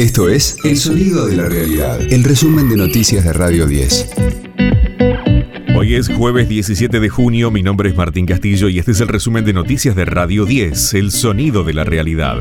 Esto es El Sonido de la Realidad, el resumen de noticias de Radio 10. Hoy es jueves 17 de junio, mi nombre es Martín Castillo y este es el resumen de noticias de Radio 10, El Sonido de la Realidad.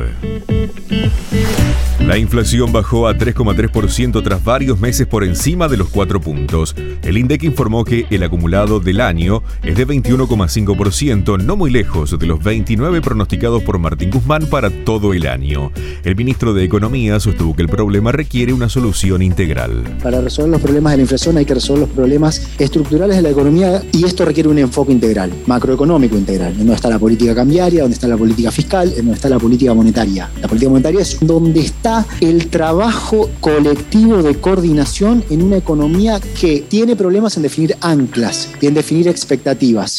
La inflación bajó a 3,3% tras varios meses por encima de los 4 puntos. El INDEC informó que el acumulado del año es de 21,5%, no muy lejos de los 29 pronosticados por Martín Guzmán para todo el año. El ministro de Economía sostuvo que el problema requiere una solución integral. Para resolver los problemas de la inflación hay que resolver los problemas estructurales de la economía y esto requiere un enfoque integral, macroeconómico integral, en donde está la política cambiaria, donde está la política fiscal, en donde está la política monetaria. La política monetaria es donde está el trabajo colectivo de coordinación en una economía que tiene problemas en definir anclas y en definir expectativas.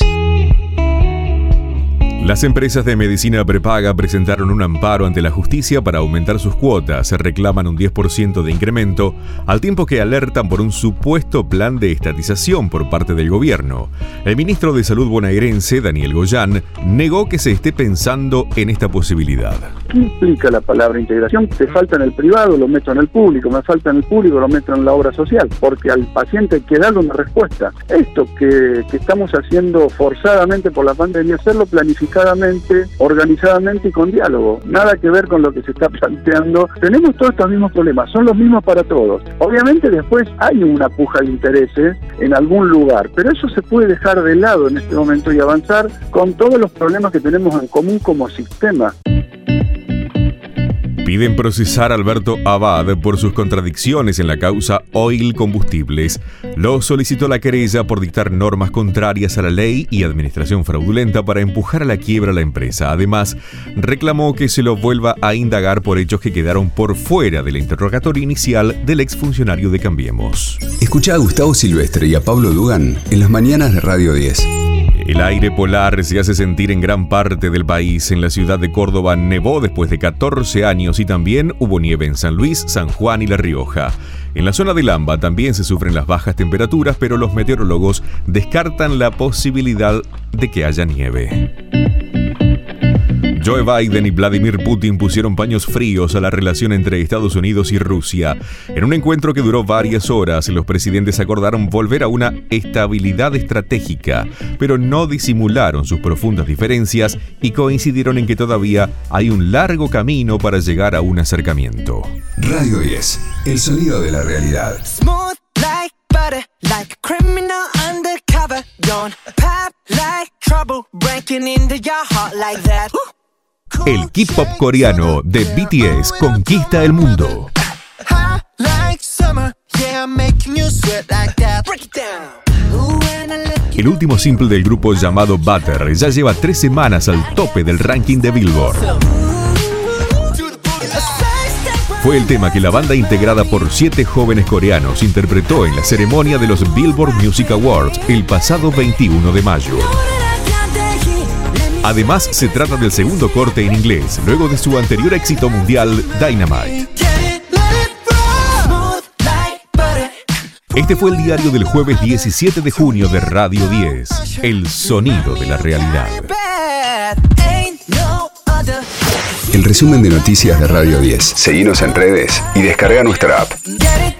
Las empresas de medicina prepaga presentaron un amparo ante la justicia para aumentar sus cuotas. Se reclaman un 10% de incremento, al tiempo que alertan por un supuesto plan de estatización por parte del gobierno. El ministro de Salud bonaerense, Daniel Goyan, negó que se esté pensando en esta posibilidad. ¿Qué implica la palabra integración? Te falta en el privado, lo meto en el público, me falta en el público, lo meto en la obra social, porque al paciente hay que darle una respuesta. Esto que estamos haciendo forzadamente por la pandemia, hacerlo planificadamente, organizadamente y con diálogo. Nada que ver con lo que se está planteando. Tenemos todos estos mismos problemas, son los mismos para todos. Obviamente después hay una puja de intereses en algún lugar, pero eso se puede dejar de lado en este momento y avanzar con todos los problemas que tenemos en común como sistema. Piden procesar a Alberto Abad por sus contradicciones en la causa Oil Combustibles. Lo solicitó la querella por dictar normas contrarias a la ley y administración fraudulenta para empujar a la quiebra a la empresa. Además, reclamó que se lo vuelva a indagar por hechos que quedaron por fuera del interrogatorio inicial del exfuncionario de Cambiemos. Escucha a Gustavo Silvestre y a Pablo Dugan en las mañanas de Radio 10. El aire polar se hace sentir en gran parte del país. En la ciudad de Córdoba nevó después de 14 años y también hubo nieve en San Luis, San Juan y La Rioja. En la zona de Lamba también se sufren las bajas temperaturas, pero los meteorólogos descartan la posibilidad de que haya nieve. Joe Biden y Vladimir Putin pusieron paños fríos a la relación entre Estados Unidos y Rusia. En un encuentro que duró varias horas, los presidentes acordaron volver a una estabilidad estratégica, pero no disimularon sus profundas diferencias y coincidieron en que todavía hay un largo camino para llegar a un acercamiento. Radio 10, el sonido de la realidad. Smooth like butter, like a criminal undercover. Don't pop like trouble, breaking into your heart like that. El K-pop coreano de BTS conquista el mundo. El último single del grupo llamado Butter ya lleva 3 semanas al tope del ranking de Billboard. Fue el tema que la banda integrada por 7 jóvenes coreanos interpretó en la ceremonia de los Billboard Music Awards el pasado 21 de mayo. Además, se trata del segundo corte en inglés, luego de su anterior éxito mundial, Dynamite. Este fue el diario del jueves 17 de junio de Radio 10, El Sonido de la Realidad. El resumen de noticias de Radio 10. Seguinos en redes y descarga nuestra app.